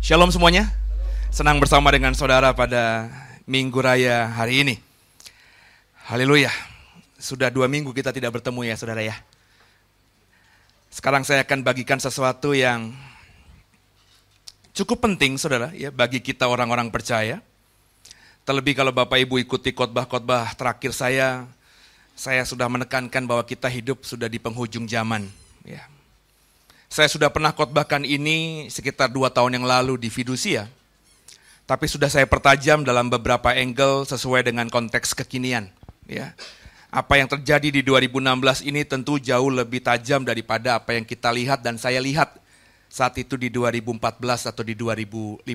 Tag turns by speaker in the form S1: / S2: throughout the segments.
S1: Shalom semuanya. Senang bersama dengan saudara pada Minggu Raya hari ini. Haleluya. Sudah 2 minggu kita tidak bertemu ya saudara ya. Sekarang saya akan bagikan sesuatu yang cukup penting saudara ya bagi kita orang-orang percaya. Terlebih kalau Bapak Ibu ikuti khotbah-khotbah terakhir saya sudah menekankan bahwa kita hidup sudah di penghujung zaman ya. Saya sudah pernah khotbahkan ini sekitar 2 tahun yang lalu di Fidusia. Tapi sudah saya pertajam dalam beberapa angle sesuai dengan konteks kekinian. Ya. Apa yang terjadi di 2016 ini tentu jauh lebih tajam daripada apa yang kita lihat dan saya lihat saat itu di 2014 atau di 2015.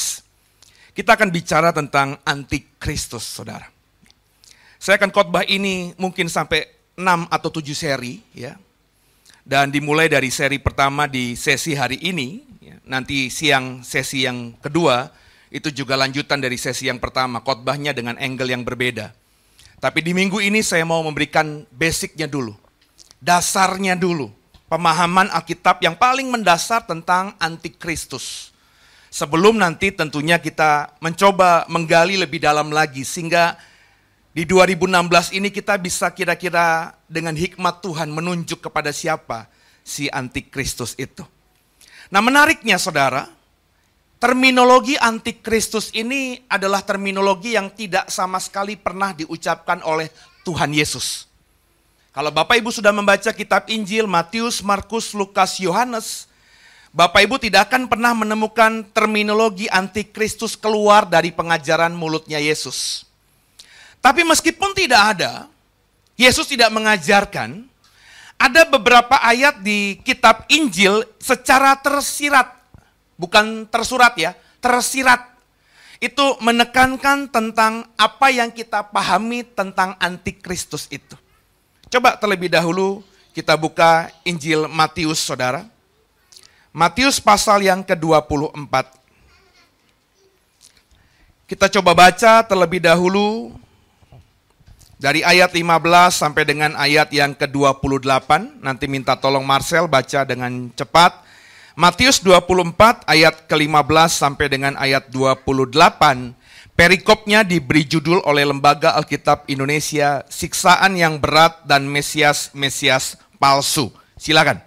S1: Kita akan bicara tentang antikristus, saudara. Saya akan khotbah ini mungkin sampai 6 atau 7 seri, ya. Dan dimulai dari seri pertama di sesi hari ini, nanti siang sesi yang kedua, itu juga lanjutan dari sesi yang pertama, khotbahnya dengan angle yang berbeda. Tapi di minggu ini saya mau memberikan basicnya dulu, dasarnya dulu, pemahaman Alkitab yang paling mendasar tentang antikristus. Sebelum nanti tentunya kita mencoba menggali lebih dalam lagi, sehingga di 2016 ini kita bisa kira-kira dengan hikmat Tuhan menunjuk kepada siapa si antikristus itu. Nah menariknya saudara, terminologi antikristus ini adalah terminologi yang tidak sama sekali pernah diucapkan oleh Tuhan Yesus. Kalau Bapak Ibu sudah membaca kitab Injil, Matius, Markus, Lukas, Yohanes, Bapak Ibu tidak akan pernah menemukan terminologi antikristus keluar dari pengajaran mulutnya Yesus. Tapi meskipun tidak ada, Yesus tidak mengajarkan, ada beberapa ayat di kitab Injil secara tersirat, bukan tersurat ya, tersirat. Itu menekankan tentang apa yang kita pahami tentang antikristus itu. Coba terlebih dahulu kita buka Injil Matius saudara. Matius pasal yang ke-24. Kita coba baca terlebih dahulu dari ayat 15 sampai dengan ayat yang ke-28, nanti minta tolong Marcel baca dengan cepat. Matius 24 ayat ke-15 sampai dengan ayat 28, perikopnya diberi judul oleh Lembaga Alkitab Indonesia, Siksaan yang Berat dan Mesias Palsu. Silakan.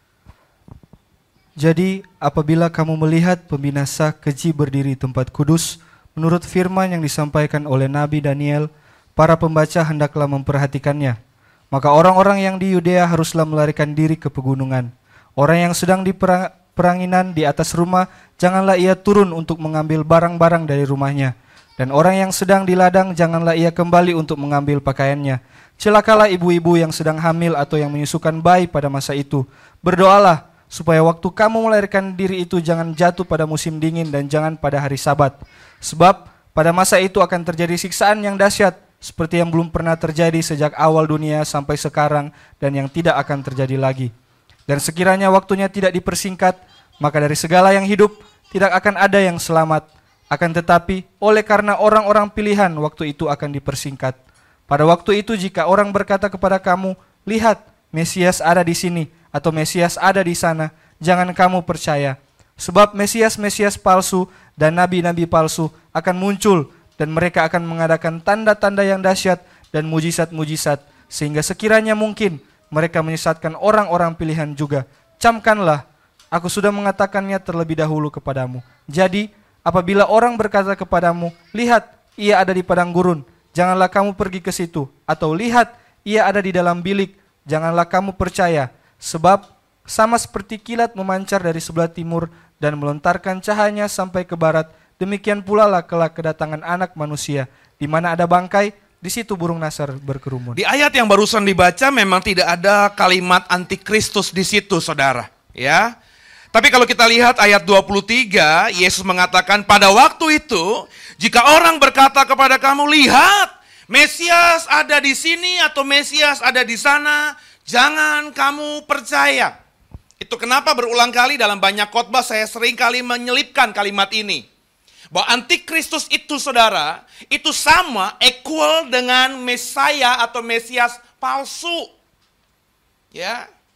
S2: Jadi apabila kamu melihat pembinasa keji berdiri tempat kudus, menurut firman yang disampaikan oleh Nabi Daniel, para pembaca hendaklah memperhatikannya. Maka orang-orang yang di Yudea haruslah melarikan diri ke pegunungan. Orang yang sedang di peranginan di atas rumah, janganlah ia turun untuk mengambil barang-barang dari rumahnya. Dan orang yang sedang di ladang, janganlah ia kembali untuk mengambil pakaiannya. Celakalah ibu-ibu yang sedang hamil atau yang menyusukan bayi pada masa itu. Berdoalah, supaya waktu kamu melahirkan diri itu jangan jatuh pada musim dingin dan jangan pada hari Sabat. Sebab pada masa itu akan terjadi siksaan yang dahsyat, seperti yang belum pernah terjadi sejak awal dunia sampai sekarang dan yang tidak akan terjadi lagi. Dan sekiranya waktunya tidak dipersingkat, maka dari segala yang hidup tidak akan ada yang selamat. Akan tetapi oleh karena orang-orang pilihan waktu itu akan dipersingkat. Pada waktu itu jika orang berkata kepada kamu, lihat Mesias ada di sini atau Mesias ada di sana, jangan kamu percaya. Sebab Mesias-Mesias palsu dan nabi-nabi palsu akan muncul, dan mereka akan mengadakan tanda-tanda yang dahsyat dan mujizat-mujizat, sehingga sekiranya mungkin mereka menyesatkan orang-orang pilihan juga. Camkanlah, aku sudah mengatakannya terlebih dahulu kepadamu. Jadi, apabila orang berkata kepadamu, lihat, ia ada di padang gurun, janganlah kamu pergi ke situ. Atau lihat, ia ada di dalam bilik, janganlah kamu percaya. Sebab, sama seperti kilat memancar dari sebelah timur dan melontarkan cahayanya sampai ke barat, demikian pula lah kelak kedatangan Anak Manusia. Di mana ada bangkai, di situ burung nasar berkerumun.
S1: Di ayat yang barusan dibaca memang tidak ada kalimat antikristus di situ, saudara. Ya. Tapi kalau kita lihat ayat 23, Yesus mengatakan pada waktu itu, jika orang berkata kepada kamu, lihat, Mesias ada di sini atau Mesias ada di sana, jangan kamu percaya. Itu kenapa berulang kali dalam banyak khotbah saya sering kali menyelipkan kalimat ini. Bahwa antikristus itu saudara, itu sama, equal dengan Mesaya atau Mesias palsu. Ya.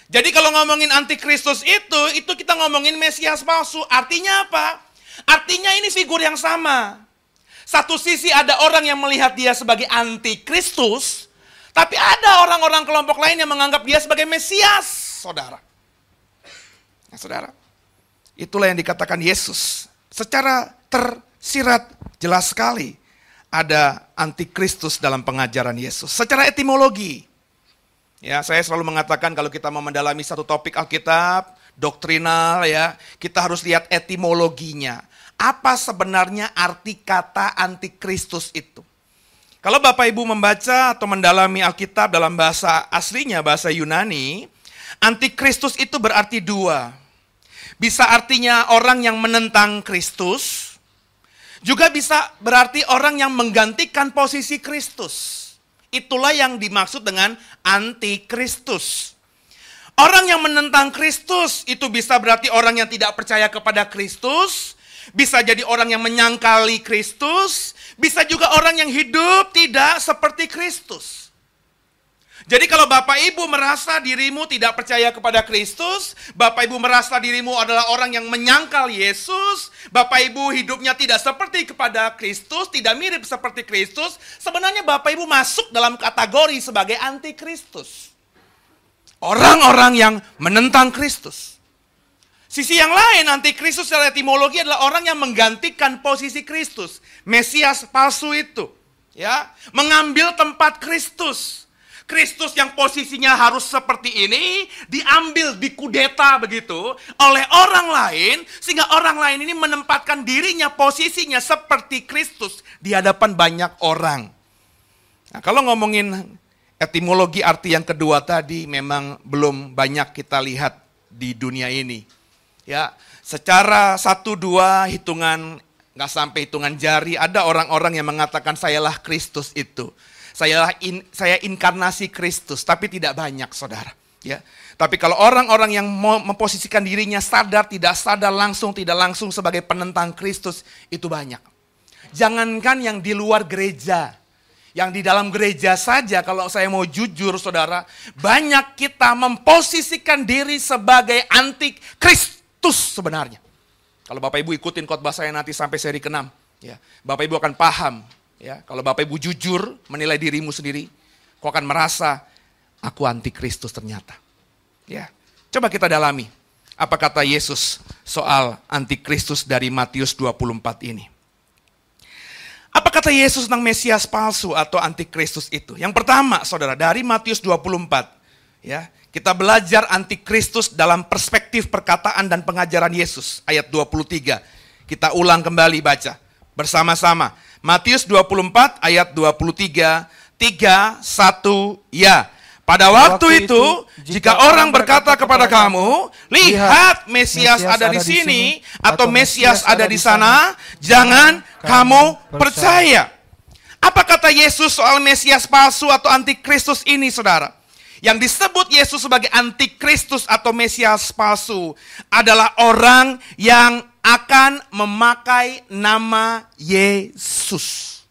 S1: Jadi kalau ngomongin antikristus itu kita ngomongin Mesias palsu. Artinya apa? Artinya ini figur yang sama. Satu sisi ada orang yang melihat dia sebagai antikristus, tapi ada orang-orang kelompok lain yang menganggap dia sebagai Mesias, saudara. Nah, saudara, itulah yang dikatakan Yesus. Secara tersirat jelas sekali ada antikristus dalam pengajaran Yesus. Secara etimologi, ya, saya selalu mengatakan kalau kita mau mendalami satu topik Alkitab, doktrinal ya, kita harus lihat etimologinya. Apa sebenarnya arti kata antikristus itu? Kalau Bapak Ibu membaca atau mendalami Alkitab dalam bahasa aslinya, bahasa Yunani, antikristus itu berarti dua. Bisa artinya orang yang menentang Kristus, juga bisa berarti orang yang menggantikan posisi Kristus. Itulah yang dimaksud dengan antikristus. Orang yang menentang Kristus itu bisa berarti orang yang tidak percaya kepada Kristus, bisa jadi orang yang menyangkali Kristus, bisa juga orang yang hidup tidak seperti Kristus. Jadi kalau Bapak Ibu merasa dirimu tidak percaya kepada Kristus, Bapak Ibu merasa dirimu adalah orang yang menyangkal Yesus, Bapak Ibu hidupnya tidak seperti kepada Kristus, tidak mirip seperti Kristus, sebenarnya Bapak Ibu masuk dalam kategori sebagai antikristus. Orang-orang yang menentang Kristus. Sisi yang lain, antikristus secara etimologi adalah orang yang menggantikan posisi Kristus. Mesias palsu itu, ya, mengambil tempat Kristus. Kristus yang posisinya harus seperti ini, diambil, dikudeta begitu, oleh orang lain, sehingga orang lain ini menempatkan dirinya, posisinya seperti Kristus di hadapan banyak orang. Nah, kalau ngomongin etimologi arti yang kedua tadi, memang belum banyak kita lihat di dunia ini. Ya, secara 1-2 hitungan, nggak sampai hitungan jari, ada orang-orang yang mengatakan sayalah Kristus itu. Saya inkarnasi Kristus, tapi tidak banyak, saudara. Ya, tapi kalau orang-orang yang memposisikan dirinya sadar, tidak sadar, langsung, tidak langsung sebagai penentang Kristus, itu banyak. Jangankan yang di luar gereja, yang di dalam gereja saja, kalau saya mau jujur, saudara, banyak kita memposisikan diri sebagai antikristus sebenarnya. Kalau Bapak Ibu ikutin khotbah saya nanti sampai seri ke-6, ya, Bapak Ibu akan paham. Ya, kalau Bapak Ibu jujur menilai dirimu sendiri, kau akan merasa aku antikristus ternyata. Ya, coba kita dalami apa kata Yesus soal antikristus dari Matius 24 ini. Apa kata Yesus tentang Mesias palsu atau antikristus itu? Yang pertama, saudara, dari Matius 24, ya, kita belajar antikristus dalam perspektif perkataan dan pengajaran Yesus. Ayat 23. Kita ulang kembali baca bersama-sama. Matius 24 ayat 23. 3, 1, ya. Pada waktu itu, jika orang berkata kepada kamu, lihat Mesias ada di sini, atau Mesias ada di sana, jangan kamu percaya. Apa kata Yesus soal Mesias palsu atau antikristus ini, saudara? Yang disebut Yesus sebagai antikristus atau Mesias palsu adalah orang yang akan memakai nama Yesus.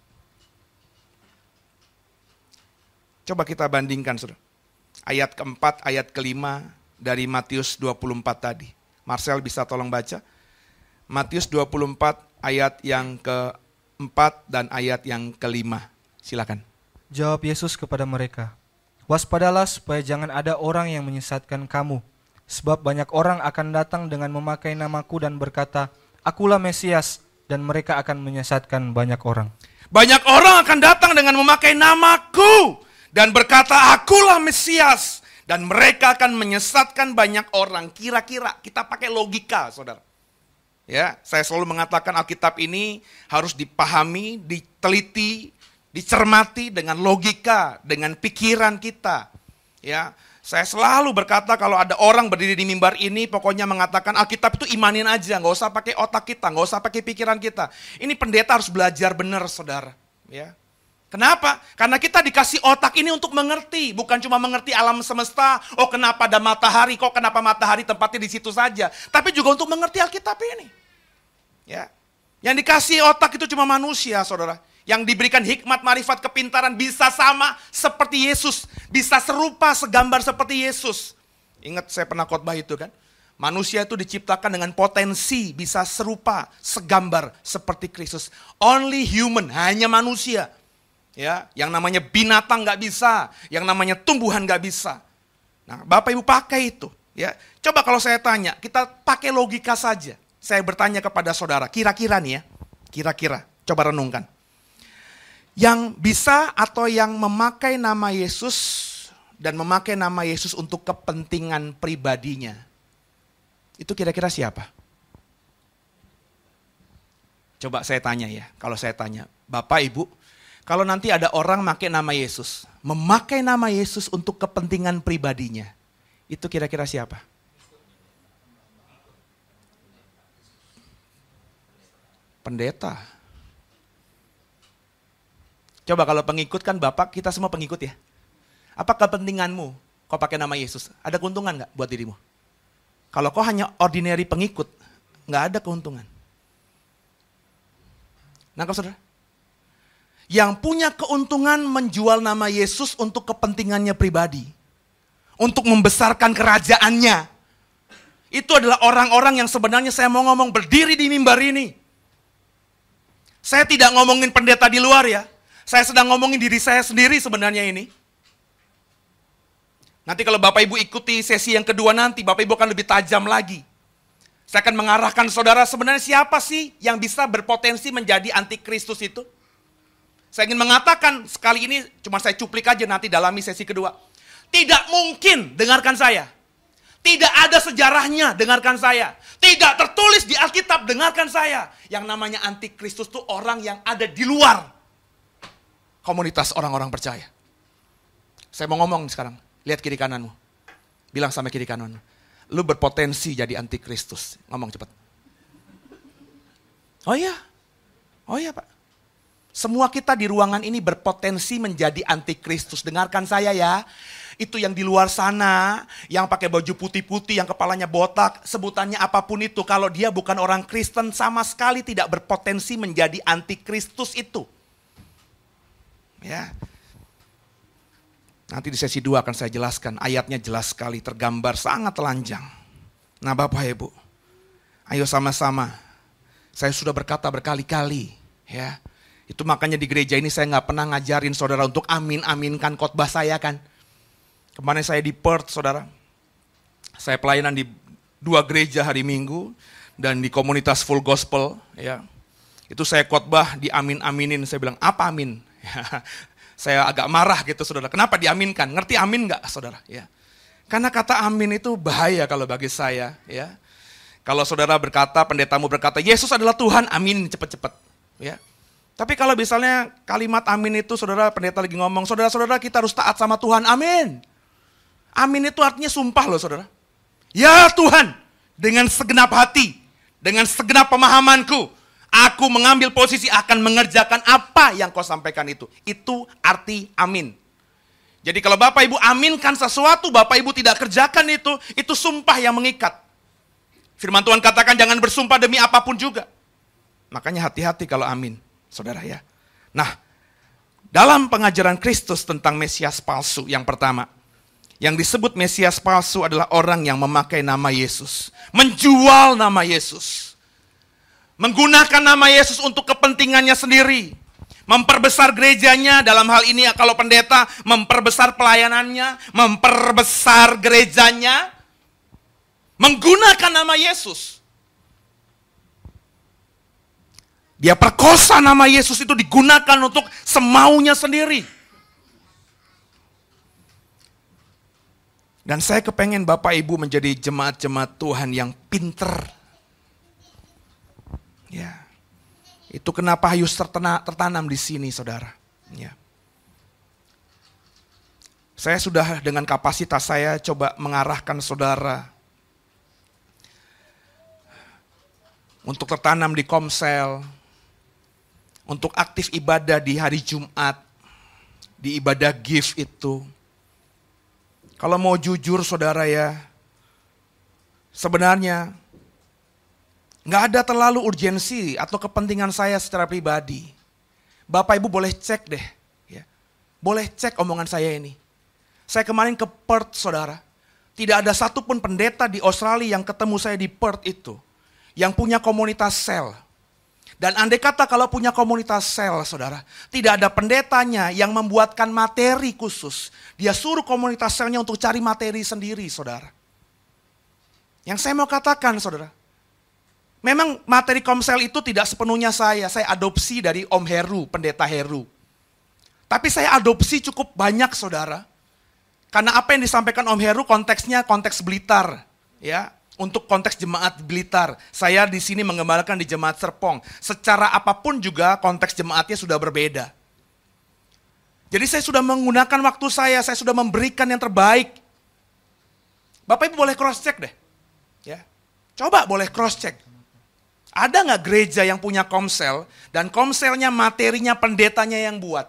S1: Coba kita bandingkan, saudara. Ayat keempat, ayat kelima dari Matius 24 tadi. Marcel bisa tolong baca. Matius 24 ayat yang keempat dan ayat yang kelima. Silakan.
S2: Jawab Yesus kepada mereka, waspadalah supaya jangan ada orang yang menyesatkan kamu. Sebab banyak orang akan datang dengan memakai namaku dan berkata, akulah Mesias, dan mereka akan menyesatkan banyak orang.
S1: Banyak orang akan datang dengan memakai namaku dan berkata, akulah Mesias, dan mereka akan menyesatkan banyak orang. Kira-kira kita pakai logika, saudara. Ya, saya selalu mengatakan Alkitab ini harus dipahami, diteliti, dicermati dengan logika, dengan pikiran kita. Ya, saya selalu berkata kalau ada orang berdiri di mimbar ini pokoknya mengatakan Alkitab itu imanin aja, nggak usah pakai otak kita, nggak usah pakai pikiran kita. Ini pendeta harus belajar benar, saudara. Ya, kenapa? Karena kita dikasih otak ini untuk mengerti, bukan cuma mengerti alam semesta. Oh, kenapa ada matahari? Kok kenapa matahari tempatnya di situ saja? Tapi juga untuk mengerti Alkitab ini. Ya, yang dikasih otak itu cuma manusia, saudara. Yang diberikan hikmat, marifat, kepintaran bisa sama seperti Yesus. Bisa serupa, segambar seperti Yesus. Ingat saya pernah khotbah itu kan. Manusia itu diciptakan dengan potensi bisa serupa, segambar seperti Kristus. Only human, hanya manusia. Ya, yang namanya binatang nggak bisa, yang namanya tumbuhan nggak bisa. Nah, Bapak Ibu pakai itu. Ya, coba kalau saya tanya, kita pakai logika saja. Saya bertanya kepada saudara, kira-kira nih ya, kira-kira, coba renungkan. Yang bisa atau yang memakai nama Yesus dan memakai nama Yesus untuk kepentingan pribadinya, itu kira-kira siapa? Coba saya tanya ya, kalau saya tanya, Bapak Ibu, kalau nanti ada orang pakai nama Yesus, memakai nama Yesus untuk kepentingan pribadinya, itu kira-kira siapa? Pendeta. Coba kalau pengikut kan Bapak, kita semua pengikut ya. Apa kepentinganmu kau pakai nama Yesus? Ada keuntungan nggak buat dirimu? Kalau kau hanya ordinary pengikut, nggak ada keuntungan. Nangkap saudara? Yang punya keuntungan menjual nama Yesus untuk kepentingannya pribadi. Untuk membesarkan kerajaannya. Itu adalah orang-orang yang sebenarnya saya mau ngomong berdiri di mimbar ini. Saya tidak ngomongin pendeta di luar ya. Saya sedang ngomongin diri saya sendiri sebenarnya ini. Nanti kalau Bapak Ibu ikuti sesi yang kedua nanti, Bapak Ibu akan lebih tajam lagi. Saya akan mengarahkan saudara sebenarnya siapa sih yang bisa berpotensi menjadi antikristus itu. Saya ingin mengatakan sekali ini, cuma saya cuplik aja nanti dalami sesi kedua. Tidak mungkin, dengarkan saya. Tidak ada sejarahnya, dengarkan saya. Tidak tertulis di Alkitab, dengarkan saya. Yang namanya antikristus itu orang yang ada di luar komunitas orang-orang percaya. Saya mau ngomong sekarang, lihat kiri kananmu. Bilang sama kiri kananmu, lu berpotensi jadi antikristus. Ngomong cepat. Oh iya Pak. Semua kita di ruangan ini berpotensi menjadi antikristus. Dengarkan saya ya. Itu yang di luar sana, yang pakai baju putih-putih, yang kepalanya botak, sebutannya apapun itu. Kalau dia bukan orang Kristen, sama sekali tidak berpotensi menjadi antikristus itu. Ya. Nanti di sesi 2 akan saya jelaskan, ayatnya jelas sekali, tergambar sangat telanjang. Nah Bapak Ibu, ayo sama-sama. Saya sudah berkata berkali-kali, ya. Itu makanya di gereja ini saya nggak pernah ngajarin saudara untuk amin-aminkan khotbah saya kan. Kemarin saya di Perth saudara. Saya pelayanan di 2 gereja hari Minggu dan di komunitas full gospel, ya. Itu saya khotbah diamin-aminin, saya bilang apa amin? Saya agak marah gitu saudara. Kenapa diaminkan? Ngerti amin nggak saudara? Ya. Karena kata amin itu bahaya kalau bagi saya. Ya. Kalau saudara berkata, pendetamu berkata, Yesus adalah Tuhan, amin cepat-cepat. Ya. Tapi kalau misalnya kalimat amin itu saudara pendeta lagi ngomong, saudara-saudara kita harus taat sama Tuhan, amin. Amin itu artinya sumpah loh saudara. Ya Tuhan, dengan segenap hati, dengan segenap pemahamanku, aku mengambil posisi akan mengerjakan apa yang kau sampaikan itu. Itu arti amin. Jadi kalau Bapak Ibu aminkan sesuatu, Bapak Ibu tidak kerjakan itu sumpah yang mengikat. Firman Tuhan katakan jangan bersumpah demi apapun juga. Makanya hati-hati kalau amin, saudara ya. Nah, dalam pengajaran Kristus tentang Mesias palsu yang pertama, yang disebut Mesias palsu adalah orang yang memakai nama Yesus. Menjual nama Yesus. Menggunakan nama Yesus untuk kepentingannya sendiri. Memperbesar gerejanya, dalam hal ini kalau pendeta memperbesar pelayanannya, memperbesar gerejanya, menggunakan nama Yesus. Dia perkosa nama Yesus itu digunakan untuk semaunya sendiri. Dan saya kepengen Bapak Ibu menjadi jemaat-jemaat Tuhan yang pinter. Ya. Itu kenapa Hayus tertanam di sini, saudara. Ya. Saya sudah dengan kapasitas saya coba mengarahkan saudara untuk tertanam di Komsel, untuk aktif ibadah di hari Jumat, di ibadah gift itu. Kalau mau jujur saudara ya, sebenarnya nggak ada terlalu urgensi atau kepentingan saya secara pribadi. Bapak Ibu boleh cek deh, ya. Boleh cek omongan saya ini. Saya kemarin ke Perth saudara, Tidak ada satupun pendeta di Australia yang ketemu saya di Perth itu, yang punya komunitas sel. Dan andai kata kalau punya komunitas sel, saudara, tidak ada pendetanya yang membuatkan materi khusus. Dia suruh komunitas selnya untuk cari materi sendiri, saudara. Yang saya mau katakan, saudara, memang materi komsel itu tidak sepenuhnya saya adopsi dari Om Heru, pendeta Heru. Tapi saya adopsi cukup banyak, saudara. Karena apa yang disampaikan Om Heru konteksnya konteks Blitar, ya. Untuk konteks jemaat Blitar, saya di sini mengembalakan di jemaat Serpong. Secara apapun juga konteks jemaatnya sudah berbeda. Jadi saya sudah menggunakan waktu saya sudah memberikan yang terbaik. Bapak Ibu boleh cross check deh. Ya. Coba boleh cross check. Ada nggak gereja yang punya komsel dan komselnya materinya pendetanya yang buat?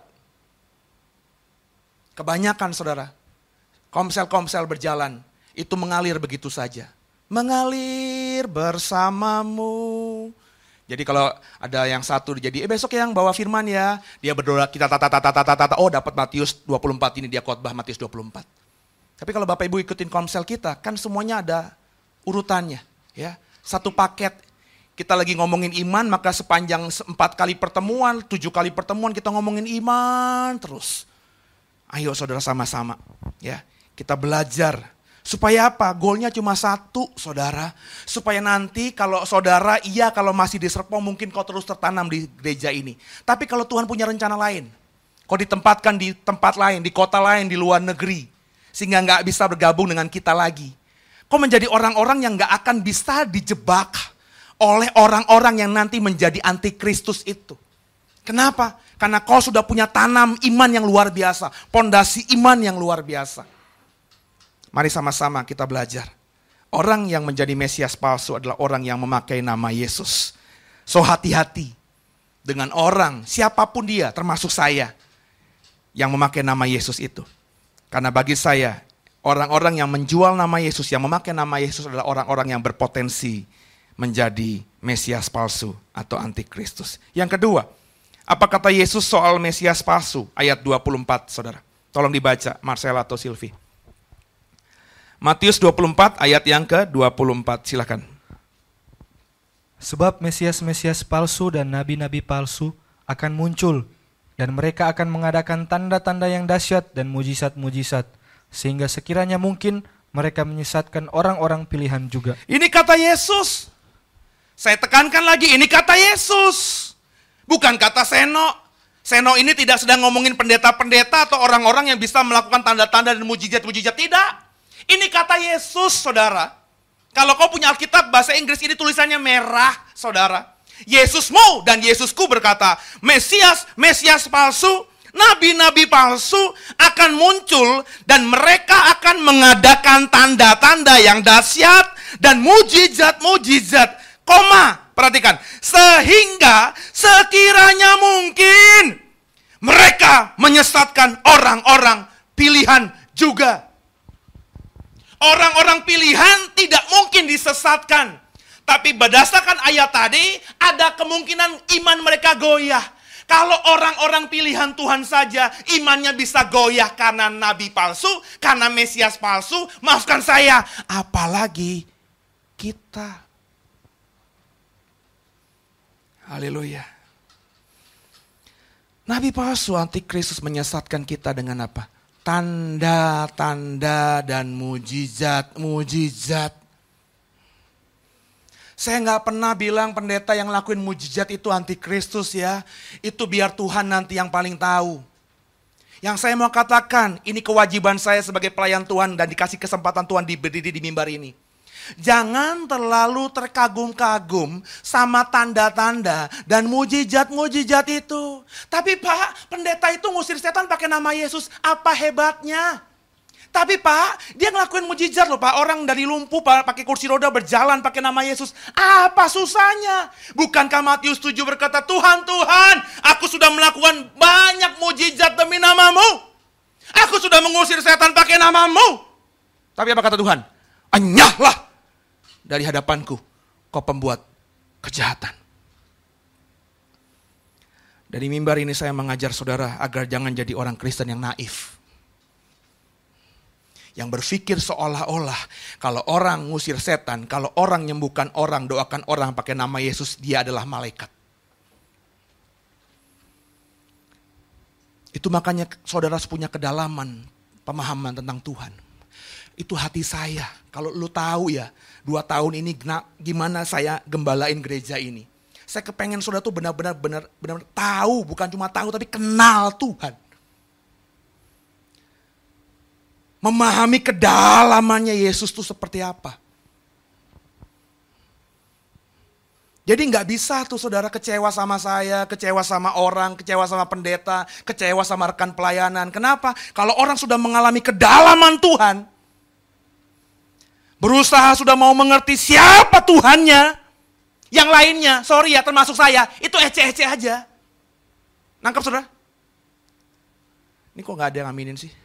S1: Kebanyakan saudara, komsel-komsel berjalan, itu mengalir begitu saja. Mengalir bersamamu. Jadi kalau ada yang satu jadi, besok yang bawa firman ya. Dia berdoa, kita oh dapat Matius 24 ini, dia khotbah Matius 24. Tapi kalau Bapak Ibu ikutin komsel kita, kan semuanya ada urutannya. Ya, satu paket. Kita lagi ngomongin iman, maka sepanjang 4 kali pertemuan, 7 kali pertemuan kita ngomongin iman terus. Ayo saudara sama-sama. Ya, kita belajar. Supaya apa? Goalnya cuma satu, saudara. Supaya nanti kalau saudara, kalau masih di Serpong mungkin kau terus tertanam di gereja ini. Tapi kalau Tuhan punya rencana lain, kau ditempatkan di tempat lain, di kota lain, di luar negeri. Sehingga gak bisa bergabung dengan kita lagi. Kau menjadi orang-orang yang gak akan bisa dijebak oleh orang-orang yang nanti menjadi antikristus itu. Kenapa? Karena kau sudah punya tanam iman yang luar biasa. Pondasi iman yang luar biasa. Mari sama-sama kita belajar. Orang yang menjadi Mesias palsu adalah orang yang memakai nama Yesus. So hati-hati dengan orang, siapapun dia, termasuk saya, yang memakai nama Yesus itu. Karena bagi saya, orang-orang yang menjual nama Yesus, yang memakai nama Yesus adalah orang-orang yang berpotensi menjadi Mesias palsu atau antikristus. Yang kedua, apa kata Yesus soal Mesias palsu? Ayat 24, saudara. Tolong dibaca, Marcella atau Silvi. Matius 24 ayat yang ke-24, silakan.
S2: Sebab Mesias-Mesias palsu dan nabi-nabi palsu akan muncul, dan mereka akan mengadakan tanda-tanda yang dahsyat dan mujizat-mujizat, sehingga sekiranya mungkin mereka menyesatkan orang-orang pilihan juga.
S1: Ini kata Yesus. Saya tekankan lagi, ini kata Yesus. Bukan kata Seno. Seno ini tidak sedang ngomongin pendeta-pendeta atau orang-orang yang bisa melakukan tanda-tanda dan mujizat-mujizat, tidak. Ini kata Yesus, saudara. Kalau kau punya Alkitab bahasa Inggris, ini tulisannya merah, saudara. Yesusmu dan Yesusku berkata, Mesias palsu, nabi-nabi palsu akan muncul dan mereka akan mengadakan tanda-tanda yang dahsyat dan mujizat-mujizat. Perhatikan. Sehingga sekiranya mungkin mereka menyesatkan orang-orang pilihan juga. Orang-orang pilihan tidak mungkin disesatkan. Tapi berdasarkan ayat tadi, ada kemungkinan iman mereka goyah. Kalau orang-orang pilihan Tuhan saja, imannya bisa goyah karena nabi palsu, karena Mesias palsu, maafkan saya. Apalagi kita. Haleluya. Nabi palsu antikristus menyesatkan kita dengan apa? Tanda-tanda dan mujizat-mujizat. Saya nggak pernah bilang pendeta yang lakuin mujizat itu antikristus ya. Itu biar Tuhan nanti yang paling tahu. Yang saya mau katakan, ini kewajiban saya sebagai pelayan Tuhan dan dikasih kesempatan Tuhan berdiri di mimbar ini. Jangan terlalu terkagum-kagum sama tanda-tanda dan mujizat-mujizat itu. Tapi Pak, pendeta itu ngusir setan pakai nama Yesus. Apa hebatnya? Tapi Pak, dia ngelakuin mujizat loh Pak. Orang dari lumpuh pakai kursi roda berjalan pakai nama Yesus. Apa susahnya? Bukankah Matius 7 berkata, Tuhan, aku sudah melakukan banyak mujizat demi namamu. Aku sudah mengusir setan pakai namamu. Tapi apa kata Tuhan? Enyahlah dari hadapanku, kau pembuat kejahatan. Dari mimbar ini saya mengajar saudara agar jangan jadi orang Kristen yang naif. Yang berpikir seolah-olah kalau orang ngusir setan, kalau orang nyembuhkan orang, doakan orang pakai nama Yesus, dia adalah malaikat. Itu makanya saudara punya kedalaman pemahaman tentang Tuhan. Itu hati saya. Kalau lu tahu ya, 2 tahun ini gimana saya gembalain gereja ini. Saya kepengen saudara tuh benar-benar tahu, bukan cuma tahu tapi kenal Tuhan. Memahami kedalamannya Yesus itu seperti apa. Jadi gak bisa tuh saudara kecewa sama saya, kecewa sama orang, kecewa sama pendeta, kecewa sama rekan pelayanan. Kenapa? Kalau orang sudah mengalami kedalaman Tuhan, berusaha sudah mau mengerti siapa Tuhannya, yang lainnya, sorry ya termasuk saya, itu ece-ece aja. Nangkep saudara? Ini kok gak ada yang aminin sih?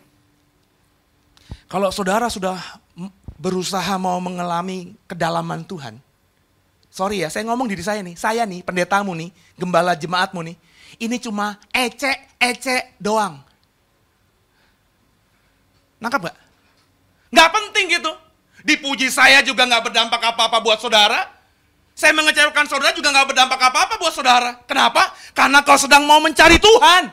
S1: Kalau saudara sudah berusaha mau mengalami kedalaman Tuhan, sorry ya, saya ngomong diri saya nih, pendetamu nih, gembala jemaatmu nih, ini cuma ece doang. Nangkap gak? Gak penting gitu. Dipuji saya juga gak berdampak apa-apa buat saudara. Saya mengecewakan saudara juga gak berdampak apa-apa buat saudara. Kenapa? Karena kau sedang mau mencari Tuhan.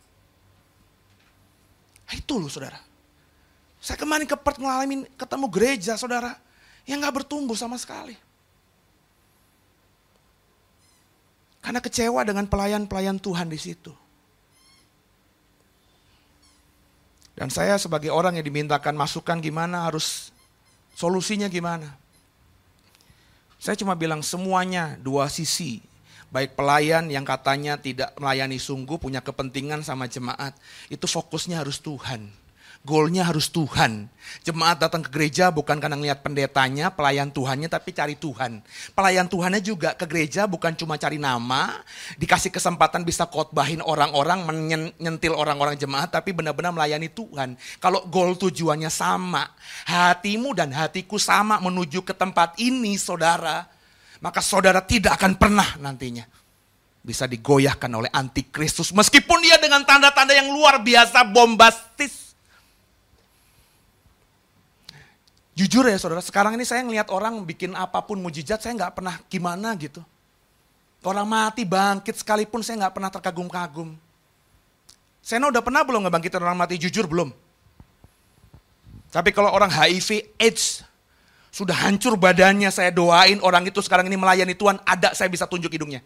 S1: Itu loh saudara. Saya kemarin ke Perth ketemu gereja saudara yang gak bertumbuh sama sekali. Karena kecewa dengan pelayan-pelayan Tuhan di situ. Dan saya sebagai orang yang dimintakan masukan gimana, harus solusinya gimana. Saya cuma bilang semuanya 2 sisi. Baik pelayan yang katanya tidak melayani sungguh, punya kepentingan sama jemaat. Itu fokusnya harus Tuhan. Goalnya harus Tuhan. Jemaat datang ke gereja bukan karena ngeliat pendetanya, pelayan Tuhannya, tapi cari Tuhan. Pelayan Tuhannya juga ke gereja bukan cuma cari nama, dikasih kesempatan bisa khotbahin orang-orang, menyentil orang-orang jemaat, tapi benar-benar melayani Tuhan. Kalau goal tujuannya sama, hatimu dan hatiku sama menuju ke tempat ini saudara, maka saudara tidak akan pernah nantinya bisa digoyahkan oleh antikristus. Meskipun dia dengan tanda-tanda yang luar biasa bombastis. Jujur ya saudara, sekarang ini saya ngelihat orang bikin apapun mujizat, saya gak pernah gimana gitu. Orang mati bangkit sekalipun saya gak pernah terkagum-kagum. Sena udah pernah belum ngebangkitin orang mati? Jujur belum. Tapi kalau orang HIV, AIDS, sudah hancur badannya, saya doain orang itu sekarang ini melayani Tuhan, ada saya bisa tunjuk hidungnya.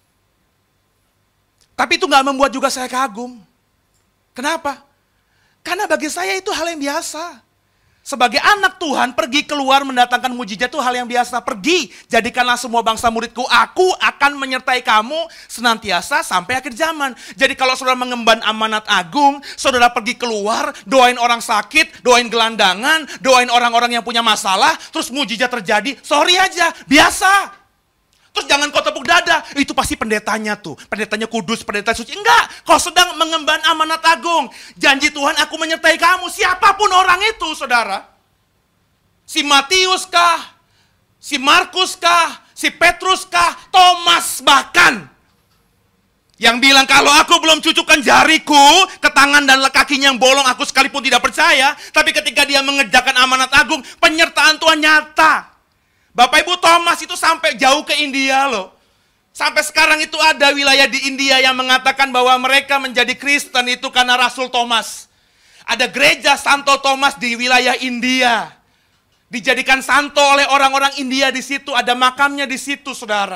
S1: Tapi itu gak membuat juga saya kagum. Kenapa? Karena bagi saya itu hal yang biasa. Sebagai anak Tuhan, pergi keluar mendatangkan mujizat itu hal yang biasa. Pergi, jadikanlah semua bangsa muridku. Aku akan menyertai kamu senantiasa sampai akhir zaman. Jadi kalau saudara mengemban amanat agung, saudara pergi keluar, doain orang sakit, doain gelandangan, doain orang-orang yang punya masalah, terus mujizat terjadi, sorry aja, biasa. Terus jangan kau tepuk dada, itu pasti pendetanya tuh. Pendetanya kudus, pendeta suci. Enggak, kau sedang mengemban amanat agung. Janji Tuhan, aku menyertai kamu. Siapapun orang itu, saudara. Si Matius kah? Si Markus kah? Si Petrus kah? Thomas bahkan. Yang bilang, kalau aku belum cucukkan jariku ke tangan dan kakinya yang bolong, aku sekalipun tidak percaya. Tapi ketika dia mengerjakan amanat agung, penyertaan Tuhan nyata. Bapak Ibu, Thomas itu sampai jauh ke India loh. Sampai sekarang itu ada wilayah di India yang mengatakan bahwa mereka menjadi Kristen itu karena Rasul Thomas. Ada gereja Santo Thomas di wilayah India. Dijadikan santo oleh orang-orang India di situ, ada makamnya di situ, saudara.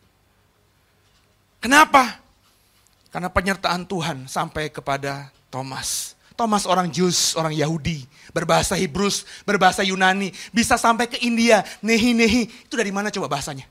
S1: Kenapa? Karena penyertaan Tuhan sampai kepada Thomas. Thomas orang Jus, orang Yahudi, berbahasa Hebrus, berbahasa Yunani, bisa sampai ke India, nehi, itu dari mana coba bahasanya?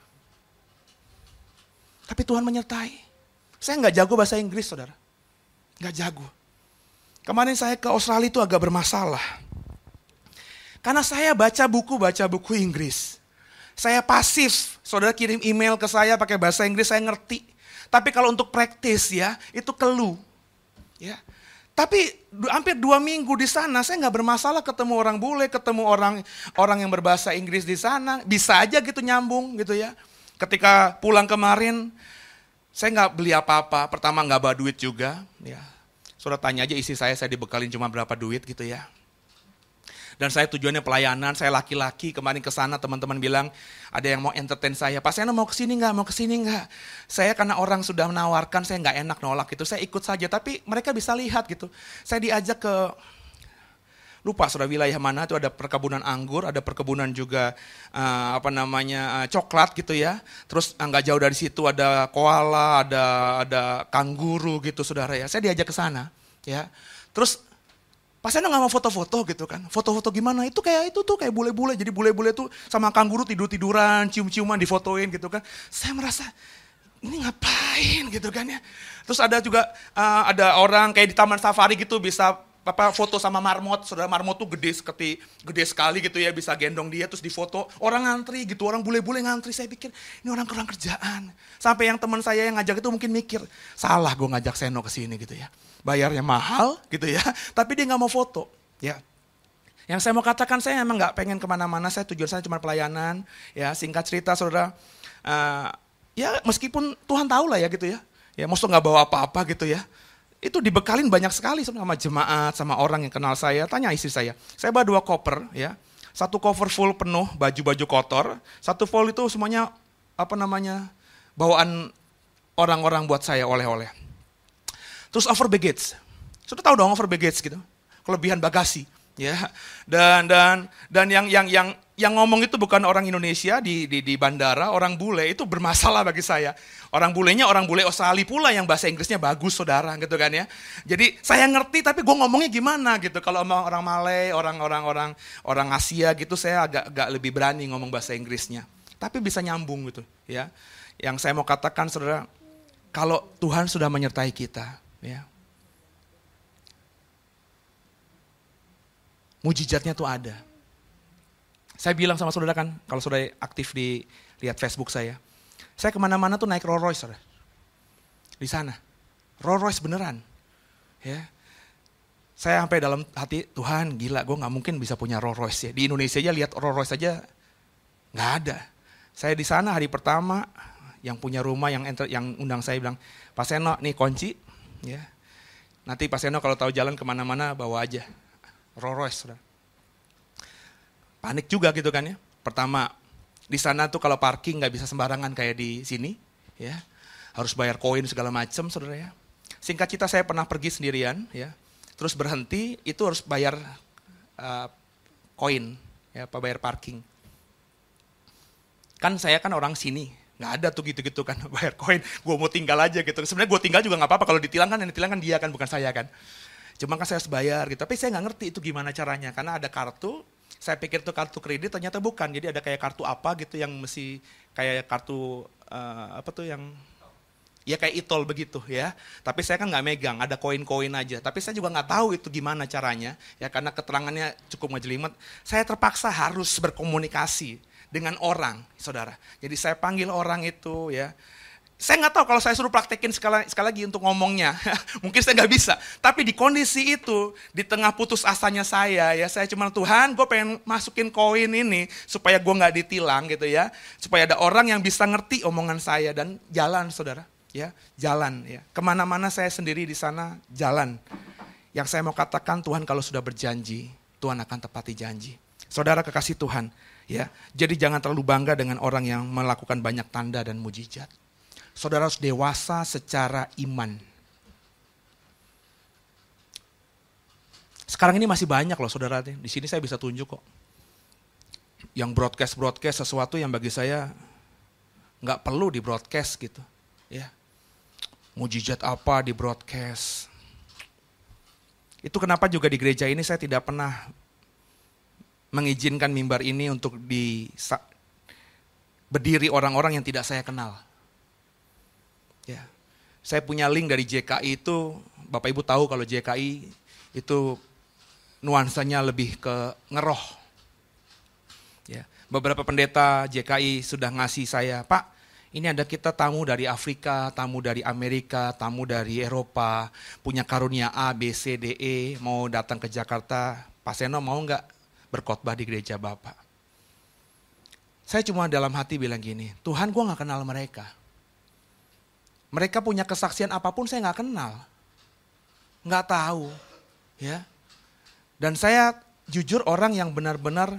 S1: Tapi Tuhan menyertai. Saya nggak jago bahasa Inggris, saudara. Nggak jago. Kemarin saya ke Australia itu agak bermasalah. Karena saya baca buku Inggris. Saya pasif, saudara kirim email ke saya pakai bahasa Inggris, saya ngerti. Tapi kalau untuk praktis ya, itu keluh. Ya. Tapi hampir 2 minggu di sana, saya nggak bermasalah ketemu orang bule, ketemu orang yang berbahasa Inggris di sana. Bisa aja gitu nyambung gitu ya. Ketika pulang kemarin, saya nggak beli apa-apa. Pertama nggak bawa duit juga. Ya. Saudara tanya aja isi saya dibekalin cuma berapa duit gitu ya. Dan saya tujuannya pelayanan, saya laki-laki, kemarin ke sana teman-teman bilang, ada yang mau entertain saya, Pak Seno mau kesini nggak, mau kesini nggak? Saya karena orang sudah menawarkan, saya nggak enak nolak gitu, saya ikut saja, tapi mereka bisa lihat gitu. Saya diajak ke, lupa sudah wilayah mana, itu ada perkebunan anggur, ada perkebunan juga coklat gitu ya. Terus nggak jauh dari situ ada koala, ada kanguru gitu saudara ya. Saya diajak ke sana ya. Terus Pak Seno nggak mau foto-foto gitu kan. Foto-foto gimana? Itu kayak bule-bule. Jadi bule-bule tuh sama kanguru tidur-tiduran, cium-ciuman, difotoin gitu kan. Saya merasa ini ngapain gitu kan ya. Terus ada juga ada orang kayak di taman safari gitu bisa foto sama marmot. Saudara, marmot tuh gede sekali gitu ya, bisa gendong dia terus difoto. Orang ngantri gitu, orang bule-bule ngantri. Saya pikir ini orang kurang kerjaan. Sampai yang teman saya yang ngajak itu mungkin mikir, salah gue ngajak Seno ke sini gitu ya. Bayarnya mahal gitu ya, tapi dia nggak mau foto ya. Yang saya mau katakan, saya emang nggak pengen kemana-mana, saya tujuan saya cuma pelayanan ya. Singkat cerita saudara, ya meskipun Tuhan tahu lah ya gitu ya, maksudnya nggak bawa apa-apa gitu ya, itu dibekalin banyak sekali sama jemaat, sama orang yang kenal saya. Tanya istri saya bawa 2 koper ya, 1 koper full penuh baju-baju kotor, 1 full itu semuanya bawaan orang-orang buat saya oleh-oleh. Terus over baggage, sudah tahu dong over baggage gitu, kelebihan bagasi, ya. Dan yang ngomong itu bukan orang Indonesia di bandara, orang bule itu bermasalah bagi saya. Orang bulenya orang bule Australia pula yang bahasa Inggrisnya bagus saudara, gitu kan ya. Jadi saya ngerti tapi gue ngomongnya gimana gitu. Kalau orang Malay, orang Asia gitu, saya agak lebih berani ngomong bahasa Inggrisnya. Tapi bisa nyambung gitu, ya. Yang saya mau katakan saudara, kalau Tuhan sudah menyertai kita, ya, mujizatnya tuh ada. Saya bilang sama saudara kan, kalau saudara aktif lihat Facebook saya kemana-mana tuh naik Rolls Royce, saudara. Di sana, Rolls Royce beneran, ya. Saya sampai dalam hati, Tuhan gila, gue nggak mungkin bisa punya Rolls Royce ya. Di Indonesia aja lihat Rolls Royce aja nggak ada. Saya di sana hari pertama, yang punya rumah yang undang saya bilang, Pak Seno nih kunci. Ya, nanti Pak Seno kalau tahu jalan kemana-mana bawa aja Rolls Royce. Saudara. Panik juga gitu kan ya. Pertama di sana tuh kalau parking nggak bisa sembarangan kayak di sini, ya harus bayar koin segala macam, saudara ya. Singkat cerita saya pernah pergi sendirian, ya, terus berhenti itu harus bayar koin, ya, bayar parking. Kan saya kan orang sini. Nggak ada tuh gitu-gitu kan, bayar koin, gue mau tinggal aja gitu. Sebenarnya gue tinggal juga nggak apa-apa, kalau ditilang kan yang ditilang kan dia kan, bukan saya kan. Cuma kan saya harus bayar gitu, tapi saya nggak ngerti itu gimana caranya, karena ada kartu, saya pikir itu kartu kredit, ternyata bukan. Jadi ada kayak kartu apa gitu yang mesti kayak kartu yang ya kayak e-tol begitu ya. Tapi saya kan nggak megang, ada koin-koin aja. Tapi saya juga nggak tahu itu gimana caranya, ya karena keterangannya cukup ngejelimet. Saya terpaksa harus berkomunikasi dengan orang, saudara. Jadi saya panggil orang itu ya. Saya nggak tahu kalau saya suruh praktekin sekali lagi untuk ngomongnya, mungkin saya nggak bisa. Tapi di kondisi itu, di tengah putus asanya saya cuma Tuhan, gue pengen masukin koin ini supaya gue nggak ditilang gitu ya, supaya ada orang yang bisa ngerti omongan saya dan jalan, saudara, ya jalan ya. Kemana-mana saya sendiri di sana jalan. Yang saya mau katakan, Tuhan kalau sudah berjanji, Tuhan akan tepati janji. Saudara kekasih Tuhan. Ya, jadi jangan terlalu bangga dengan orang yang melakukan banyak tanda dan mujizat. Saudara harus dewasa secara iman. Sekarang ini masih banyak loh saudara, di sini saya bisa tunjuk kok. Yang broadcast sesuatu yang bagi saya nggak perlu di broadcast gitu. Ya, mujizat apa di broadcast. Itu kenapa juga di gereja ini saya tidak pernah mengizinkan mimbar ini untuk berdiri orang-orang yang tidak saya kenal. Ya, saya punya link dari JKI itu, Bapak Ibu tahu kalau JKI itu nuansanya lebih ke ngeroh. Ya, beberapa pendeta JKI sudah ngasih saya, Pak, ini ada kita tamu dari Afrika, tamu dari Amerika, tamu dari Eropa, punya karunia A, B, C, D, E, mau datang ke Jakarta, Pak Seno mau nggak berkhotbah di gereja Bapak? Saya cuma dalam hati bilang gini, Tuhan gue gak kenal mereka. Mereka punya kesaksian apapun saya gak kenal. Gak tahu. Ya. Dan saya Jujur orang yang benar-benar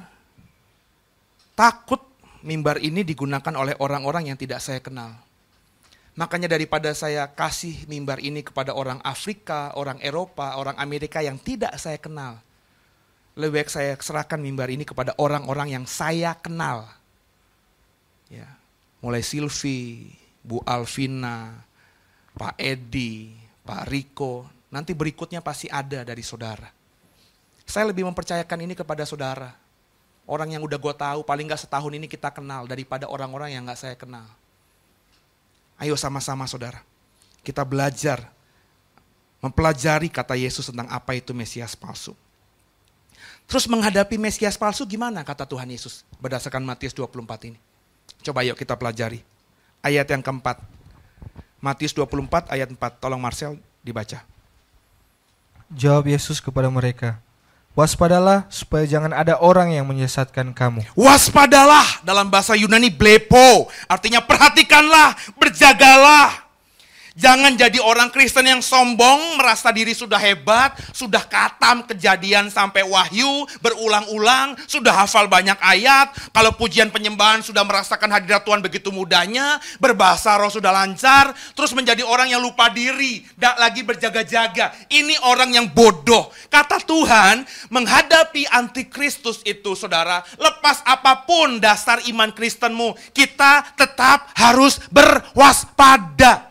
S1: takut mimbar ini digunakan oleh orang-orang yang tidak saya kenal. Makanya daripada saya kasih mimbar ini kepada orang Afrika, orang Eropa, orang Amerika yang tidak saya kenal, lebih baik saya serahkan mimbar ini kepada orang-orang yang saya kenal. Ya, mulai Silvi, Bu Alvina, Pak Edi, Pak Riko, nanti berikutnya pasti ada dari saudara. Saya lebih mempercayakan ini kepada saudara. Orang yang udah gue tahu, paling gak setahun ini kita kenal, daripada orang-orang yang gak saya kenal. Ayo sama-sama saudara, kita belajar, mempelajari kata Yesus tentang apa itu Mesias palsu. Terus menghadapi Mesias palsu gimana kata Tuhan Yesus berdasarkan Matius 24 ini. Coba yuk kita pelajari. Ayat yang keempat. Matius 24 ayat 4. Tolong Marcel dibaca.
S2: Jawab Yesus kepada mereka, waspadalah supaya jangan ada orang yang menyesatkan kamu.
S1: Waspadalah dalam bahasa Yunani blepo. Artinya perhatikanlah, berjagalah. Jangan jadi orang Kristen yang sombong, merasa diri sudah hebat, sudah khatam Kejadian sampai Wahyu, berulang-ulang, sudah hafal banyak ayat. Kalau pujian penyembahan sudah merasakan hadirat Tuhan begitu mudahnya, berbahasa roh sudah lancar, terus menjadi orang yang lupa diri, tidak lagi berjaga-jaga. Ini orang yang bodoh. Kata Tuhan, menghadapi antikristus itu saudara, lepas apapun dasar iman Kristenmu, kita tetap harus berwaspada.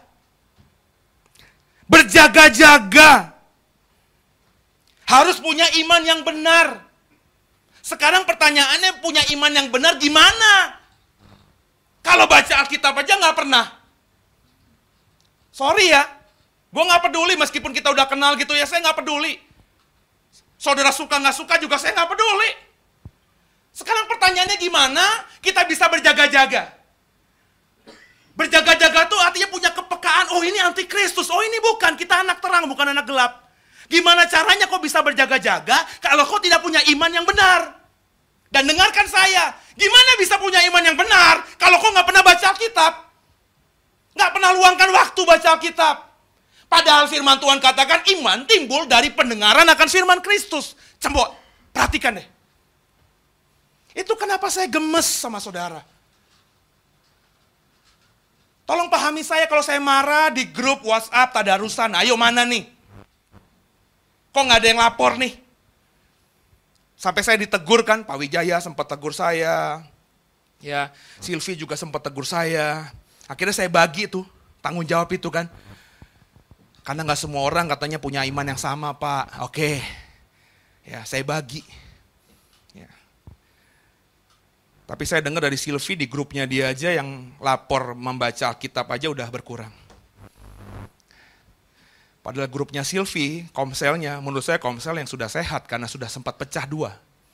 S1: Berjaga-jaga. Harus punya iman yang benar. Sekarang pertanyaannya, punya iman yang benar gimana? Kalau baca Alkitab aja gak pernah. Sorry ya, gue gak peduli meskipun kita udah kenal gitu ya, saya gak peduli. Saudara suka gak suka juga saya gak peduli. Sekarang pertanyaannya gimana kita bisa berjaga-jaga? Berjaga-jaga tuh artinya punya kepekaan. Oh ini antikristus, oh ini bukan, kita anak terang bukan anak gelap. Gimana caranya kau bisa berjaga-jaga kalau kau tidak punya iman yang benar? Dan dengarkan saya, gimana bisa punya iman yang benar kalau kau gak pernah baca Alkitab? Gak pernah luangkan waktu baca Alkitab. Padahal firman Tuhan katakan iman timbul dari pendengaran akan firman Kristus. Cembok, perhatikan deh. Itu kenapa saya gemes sama saudara. Tolong pahami saya kalau saya marah di grup WhatsApp tadarusan. Ayo mana nih? Kok nggak ada yang lapor nih? Sampai saya ditegur kan, Pak Wijaya sempat tegur saya. Ya, Silvi juga sempat tegur saya. Akhirnya saya bagi tuh, tanggung jawab itu kan. Karena nggak semua orang katanya punya iman yang sama Pak. Oke, ya saya bagi. Tapi saya dengar dari Silvi di grupnya dia aja yang lapor membaca Alkitab aja udah berkurang. Padahal grupnya Silvi, komselnya, menurut saya komsel yang sudah sehat karena sudah sempat pecah dua.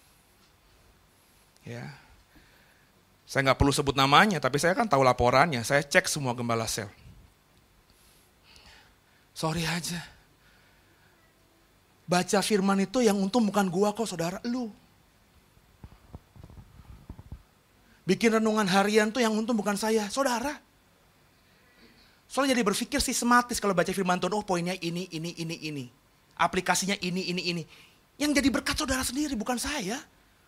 S1: Ya, saya nggak perlu sebut namanya, tapi saya kan tahu laporannya. Saya cek semua gembala sel. Sorry aja. Baca firman itu yang untung bukan gua kok saudara, lu. Bikin renungan harian tuh yang untung bukan saya, saudara. Soalnya jadi berpikir sistematis kalau baca firman Tuhan, oh poinnya ini. Aplikasinya ini. Yang jadi berkat saudara sendiri, bukan saya.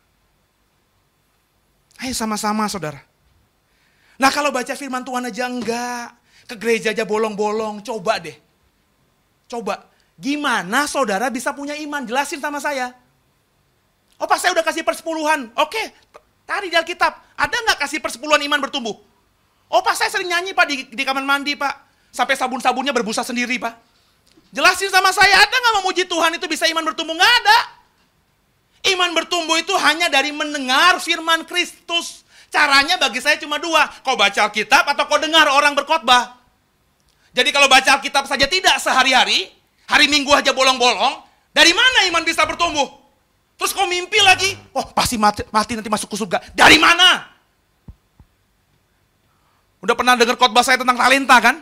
S1: Ayo sama-sama saudara. Nah kalau baca firman Tuhan aja enggak, ke gereja aja bolong-bolong, coba deh. Coba, gimana saudara bisa punya iman? Jelasin sama saya. Oh Pak saya udah kasih persepuluhan, oke. Tadi di Alkitab, ada nggak kasih persepuluhan iman bertumbuh? Oh Pak, saya sering nyanyi Pak di kamar mandi Pak. Sampai sabun-sabunnya berbusa sendiri Pak. Jelasin sama saya, ada nggak memuji Tuhan itu bisa iman bertumbuh? Nggak ada. Iman bertumbuh itu hanya dari mendengar firman Kristus. Caranya bagi saya cuma dua. Kau baca Alkitab atau kau dengar orang berkhotbah. Jadi kalau baca Alkitab saja tidak sehari-hari, hari Minggu aja bolong-bolong, dari mana iman bisa bertumbuh? Terus kau mimpi lagi, oh pasti mati nanti masuk ke surga. Dari mana? Udah pernah dengar khotbah saya tentang talenta kan?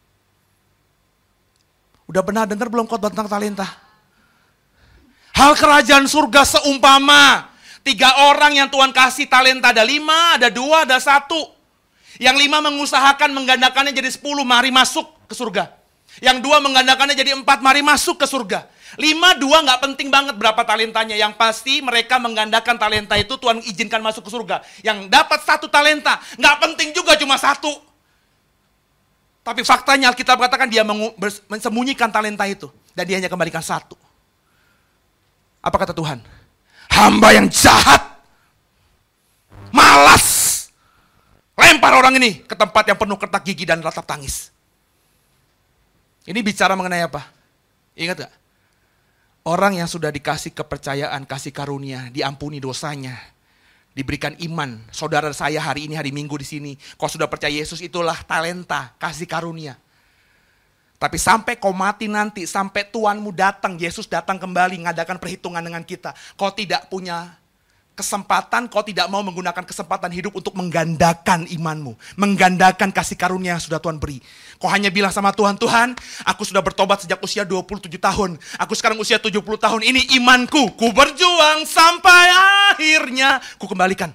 S1: Udah pernah dengar belum khotbah tentang talenta? Hal kerajaan surga seumpama 3 orang yang Tuhan kasih talenta, ada 5, ada 2, ada 1. Yang 5 mengusahakan menggandakannya jadi 10, mari masuk ke surga. Yang 2 menggandakannya jadi 4, mari masuk ke surga. 5, 2 gak penting banget berapa talentanya. Yang pasti mereka menggandakan talenta itu, Tuhan izinkan masuk ke surga. Yang dapat 1 talenta, gak penting juga cuma 1. Tapi faktanya Alkitab katakan dia mensembunyikan talenta itu. Dan dia hanya kembalikan 1. Apa kata Tuhan? Hamba yang jahat, malas, lempar orang ini ke tempat yang penuh ketak gigi dan ratap tangis. Ini bicara mengenai apa? Ingat gak? Orang yang sudah dikasih kepercayaan, kasih karunia, diampuni dosanya, diberikan iman. Saudara saya hari ini, hari Minggu di sini, kau sudah percaya Yesus, itulah talenta, kasih karunia. Tapi sampai kau mati nanti, sampai Tuhanmu datang, Yesus datang kembali, ngadakan perhitungan dengan kita. Kau tidak punya kesempatan, kau tidak mau menggunakan kesempatan hidup untuk menggandakan imanmu. Menggandakan kasih karunia yang sudah Tuhan beri. Kau hanya bilang sama Tuhan, Tuhan, aku sudah bertobat sejak usia 27 tahun. Aku sekarang usia 70 tahun. Ini imanku, ku berjuang sampai akhirnya ku kembalikan.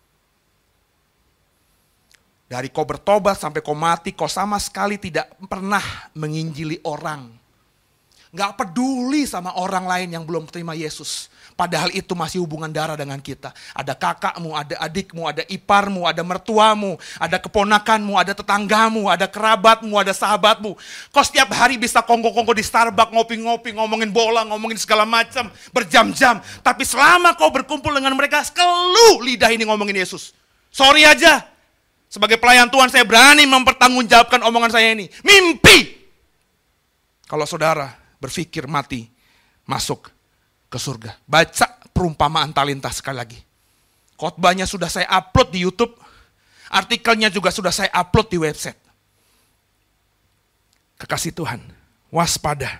S1: Dari kau bertobat sampai kau mati, kau sama sekali tidak pernah menginjili orang. Gak peduli sama orang lain yang belum terima Yesus. Padahal itu masih hubungan darah dengan kita. Ada kakakmu, ada adikmu, ada iparmu, ada mertuamu, ada keponakanmu, ada tetanggamu, ada kerabatmu, ada sahabatmu. Kau setiap hari bisa kongko-kongko di Starbucks, ngopi-ngopi, ngomongin bola, ngomongin segala macam, berjam-jam. Tapi selama kau berkumpul dengan mereka, keluh lidah ini ngomongin Yesus. Sorry aja, sebagai pelayan Tuhan saya berani mempertanggungjawabkan omongan saya ini. Mimpi! Kalau saudara berpikir mati, masuk ke surga. Baca perumpamaan talenta sekali lagi. Khotbahnya sudah saya upload di YouTube. Artikelnya juga sudah saya upload di website. Kekasih Tuhan, waspada.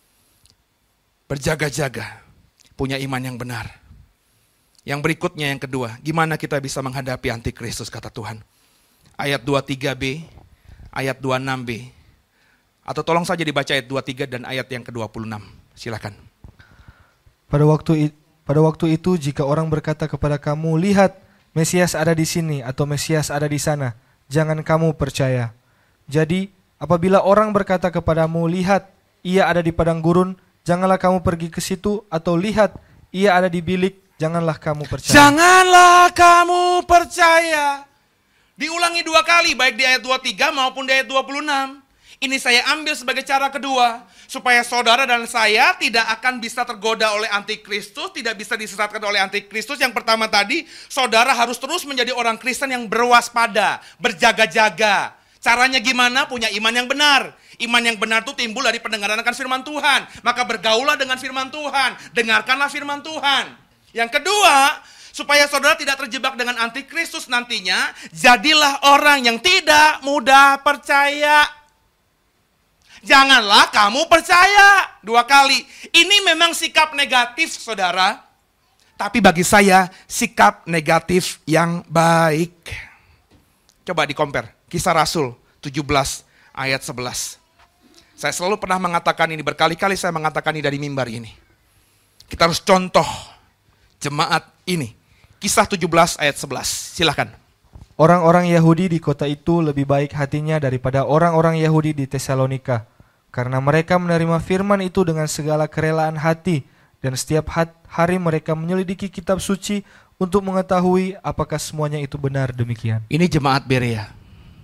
S1: Berjaga-jaga. Punya iman yang benar. Yang berikutnya, yang kedua, gimana kita bisa menghadapi antikristus, kata Tuhan. Ayat 23b, ayat 26b. Atau tolong saja dibaca ayat 23 dan ayat yang ke-26. Silakan.
S2: Pada waktu itu jika orang berkata kepada kamu, lihat, Mesias ada di sini atau Mesias ada di sana, jangan kamu percaya. Jadi, apabila orang berkata kepadamu, lihat, ia ada di padang gurun, janganlah kamu pergi ke situ, atau lihat, ia ada di bilik, janganlah kamu percaya.
S1: Janganlah kamu percaya. Diulangi 2 kali, baik di ayat 23 maupun di ayat 26. Ini saya ambil sebagai cara kedua, supaya saudara dan saya tidak akan bisa tergoda oleh antikristus, tidak bisa disesatkan oleh antikristus. Yang pertama tadi, saudara harus terus menjadi orang Kristen yang berwaspada, berjaga-jaga. Caranya gimana? Punya iman yang benar. Iman yang benar itu timbul dari pendengaran akan firman Tuhan. Maka bergaulah dengan firman Tuhan, dengarkanlah firman Tuhan. Yang kedua, supaya saudara tidak terjebak dengan antikristus nantinya, jadilah orang yang tidak mudah percaya. Janganlah kamu percaya. 2 kali. Ini memang sikap negatif, saudara. Tapi bagi saya, sikap negatif yang baik. Coba di-compare. Kisah Rasul 17 ayat 11. Saya selalu pernah mengatakan ini, berkali-kali saya mengatakan ini dari mimbar ini. Kita harus contoh jemaat ini. Kisah 17 ayat 11. Silakan.
S2: Orang-orang Yahudi di kota itu lebih baik hatinya daripada orang-orang Yahudi di Tesalonika, karena mereka menerima firman itu dengan segala kerelaan hati, dan setiap hari mereka menyelidiki kitab suci untuk mengetahui apakah semuanya itu benar demikian.
S1: Ini jemaat Berea.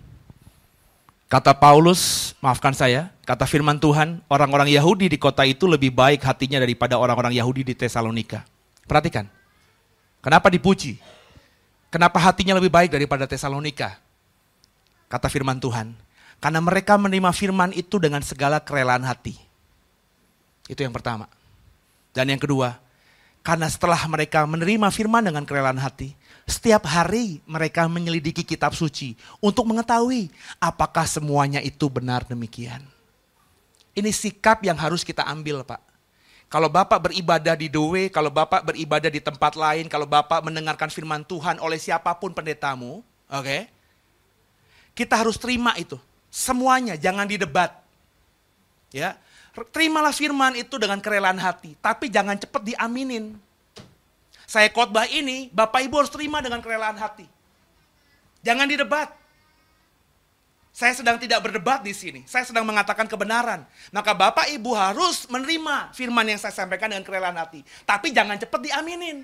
S1: Kata Paulus, maafkan saya, kata firman Tuhan, orang-orang Yahudi di kota itu lebih baik hatinya daripada orang-orang Yahudi di Tesalonika. Perhatikan, kenapa dipuji? Kenapa hatinya lebih baik daripada Tesalonika? Kata firman Tuhan, karena mereka menerima firman itu dengan segala kerelaan hati. Itu yang pertama. Dan yang kedua, karena setelah mereka menerima firman dengan kerelaan hati, setiap hari mereka menyelidiki kitab suci untuk mengetahui apakah semuanya itu benar demikian. Ini sikap yang harus kita ambil, Pak. Kalau Bapak beribadah di Doe, kalau Bapak beribadah di tempat lain, kalau Bapak mendengarkan firman Tuhan oleh siapapun pendetamu, oke? Kita harus terima itu. Semuanya, jangan didebat. Ya, terimalah firman itu dengan kerelaan hati, tapi jangan cepat diaminin. Saya khotbah ini, Bapak Ibu harus terima dengan kerelaan hati. Jangan didebat. Saya sedang tidak berdebat di sini. Saya sedang mengatakan kebenaran. Maka Bapak Ibu harus menerima firman yang saya sampaikan dengan kerelaan hati. Tapi jangan cepat diaminin.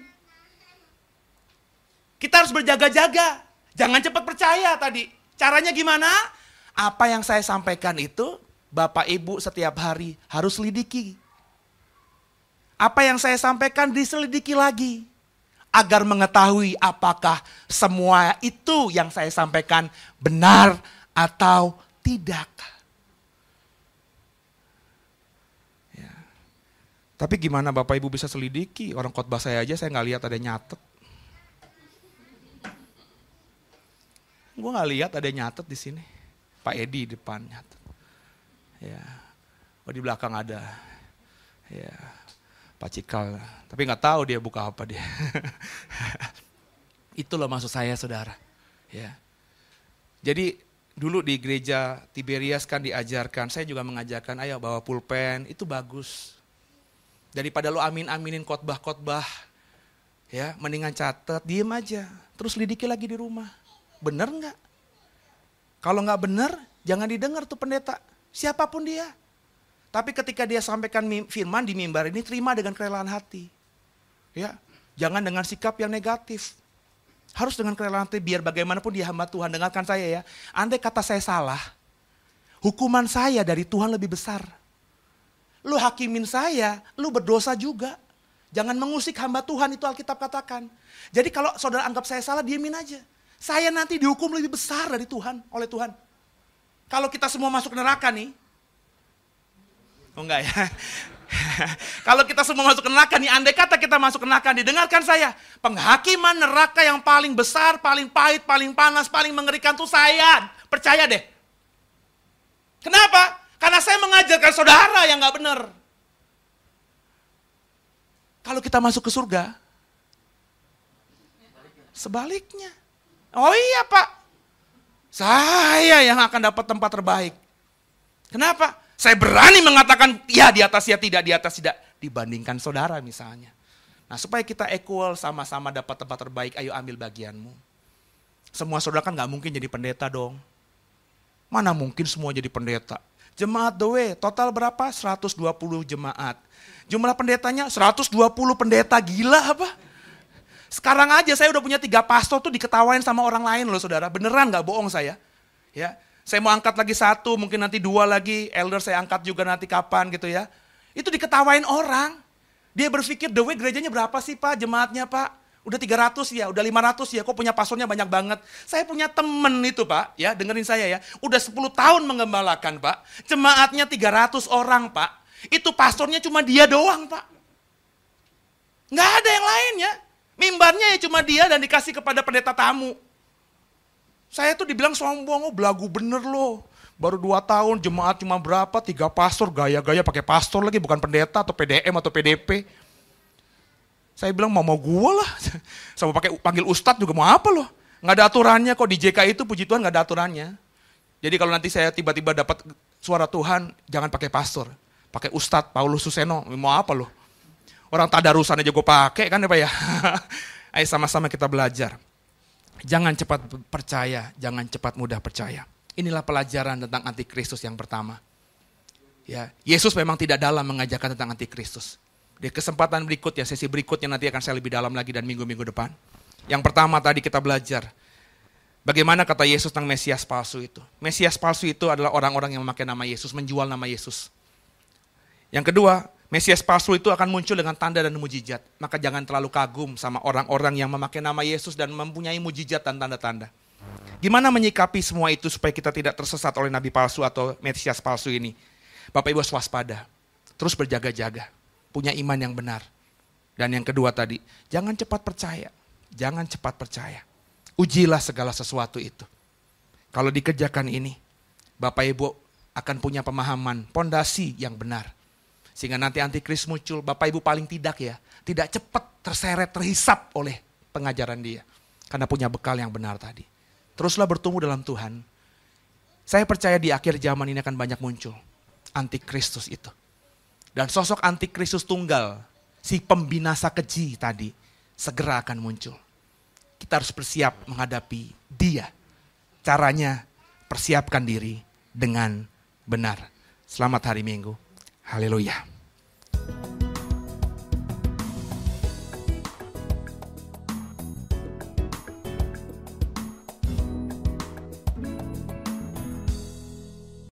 S1: Kita harus berjaga-jaga. Jangan cepat percaya tadi. Caranya gimana? Apa yang saya sampaikan itu, Bapak Ibu setiap hari harus lidiki. Apa yang saya sampaikan diselidiki lagi. Agar mengetahui apakah semua itu yang saya sampaikan benar atau tidak. Ya. Tapi gimana Bapak Ibu bisa selidiki? Orang khotbah saya aja saya nggak lihat ada nyatet. Gue nggak lihat ada nyatet di sini. Pak Edi di depan nyatet. Ya. Oh di belakang ada. Ya. Pak Cikal. Tapi nggak tahu dia buka apa dia. Itu loh maksud saya saudara. Ya. Jadi dulu di gereja Tiberias kan diajarkan, saya juga mengajarkan, ayo bawa pulpen, itu bagus. Daripada lo amin-aminin khotbah-khotbah, ya mendingan catat, diem aja, terus lidiki lagi di rumah. Bener nggak? Kalau nggak bener, jangan didengar tuh pendeta, siapapun dia. Tapi ketika dia sampaikan firman di mimbar ini, terima dengan kerelaan hati. Ya, jangan dengan sikap yang negatif. Harus dengan kerelaan hati, biar bagaimanapun dia hamba Tuhan. Dengarkan saya ya, andai kata saya salah, hukuman saya dari Tuhan lebih besar. Lu hakimin saya, lu berdosa juga. Jangan mengusik hamba Tuhan, itu Alkitab katakan. Jadi kalau saudara anggap saya salah, diemin aja. Saya nanti dihukum lebih besar dari Tuhan, oleh Tuhan. Kalau kita semua masuk neraka nih, oh enggak ya. Kalau kita semua masuk ke neraka nih, andai kata kita masuk ke neraka, didengarkan saya. Penghakiman neraka yang paling besar, paling pahit, paling panas, paling mengerikan tuh saya. Percaya deh. Kenapa? Karena saya mengajarkan saudara yang gak benar. Kalau kita masuk ke surga, sebaliknya. Oh iya Pak, saya yang akan dapat tempat terbaik. Kenapa? Saya berani mengatakan ya di atas ya tidak, di atas tidak. Dibandingkan saudara misalnya. Nah supaya kita equal, sama-sama dapat tempat terbaik, ayo ambil bagianmu. Semua saudara kan gak mungkin jadi pendeta dong. Mana mungkin semua jadi pendeta. Jemaat The Way, total berapa? 120 jemaat. Jumlah pendetanya 120 pendeta, gila apa? Sekarang aja saya udah punya 3 pastor tuh diketawain sama orang lain loh saudara. Beneran gak bohong saya. Ya. Saya mau angkat lagi 1, mungkin nanti 2 lagi, elder saya angkat juga nanti kapan gitu ya. Itu diketawain orang. Dia berpikir, The Way gerejanya berapa sih Pak, jemaatnya Pak? Udah 300 ya, udah 500 ya, kok punya pastornya banyak banget. Saya punya temen itu Pak, ya dengerin saya ya. Udah 10 tahun mengembalakan Pak, jemaatnya 300 orang Pak. Itu pastornya cuma dia doang Pak. Nggak ada yang lain ya. Mimbarnya ya cuma dia dan dikasih kepada pendeta tamu. Saya tuh dibilang sombong, oh belagu bener loh. Baru 2 tahun jemaat cuma berapa, 3 pastor, gaya-gaya pakai pastor lagi, bukan pendeta atau PDM atau PDP. Saya bilang mau gue lah, sama pakai panggil ustadz juga mau apa loh. Nggak ada aturannya kok, di JK itu puji Tuhan nggak ada aturannya. Jadi kalau nanti saya tiba-tiba dapat suara Tuhan, jangan pakai pastor. Pakai ustadz Paulus Suseno, mau apa loh. Orang tadarusan aja gue pakai kan ya Pak ya. Ayo sama-sama kita belajar. Jangan cepat percaya, jangan cepat mudah percaya. Inilah pelajaran tentang antikristus yang pertama. Ya, Yesus memang tidak dalam mengajarkan tentang antikristus. Di kesempatan berikutnya, sesi berikutnya nanti akan saya lebih dalam lagi dan minggu-minggu depan. Yang pertama tadi kita belajar, bagaimana kata Yesus tentang Mesias palsu itu. Mesias palsu itu adalah orang-orang yang memakai nama Yesus, menjual nama Yesus. Yang kedua, Mesias palsu itu akan muncul dengan tanda dan mujizat. Maka jangan terlalu kagum sama orang-orang yang memakai nama Yesus dan mempunyai mujizat dan tanda-tanda. Gimana menyikapi semua itu supaya kita tidak tersesat oleh nabi palsu atau Mesias palsu ini? Bapak Ibu harus waspada, terus berjaga-jaga, punya iman yang benar. Dan yang kedua tadi, jangan cepat percaya, jangan cepat percaya. Ujilah segala sesuatu itu. Kalau dikerjakan ini, Bapak Ibu akan punya pemahaman, pondasi yang benar. Sehingga nanti antikristus muncul, Bapak Ibu paling tidak ya, tidak cepat terseret, terhisap oleh pengajaran dia. Karena punya bekal yang benar tadi. Teruslah bertumbuh dalam Tuhan. Saya percaya di akhir zaman ini akan banyak muncul antikristus itu. Dan sosok antikristus tunggal, si pembinasa keji tadi, segera akan muncul. Kita harus bersiap menghadapi dia. Caranya, persiapkan diri dengan benar. Selamat hari Minggu. Haleluya.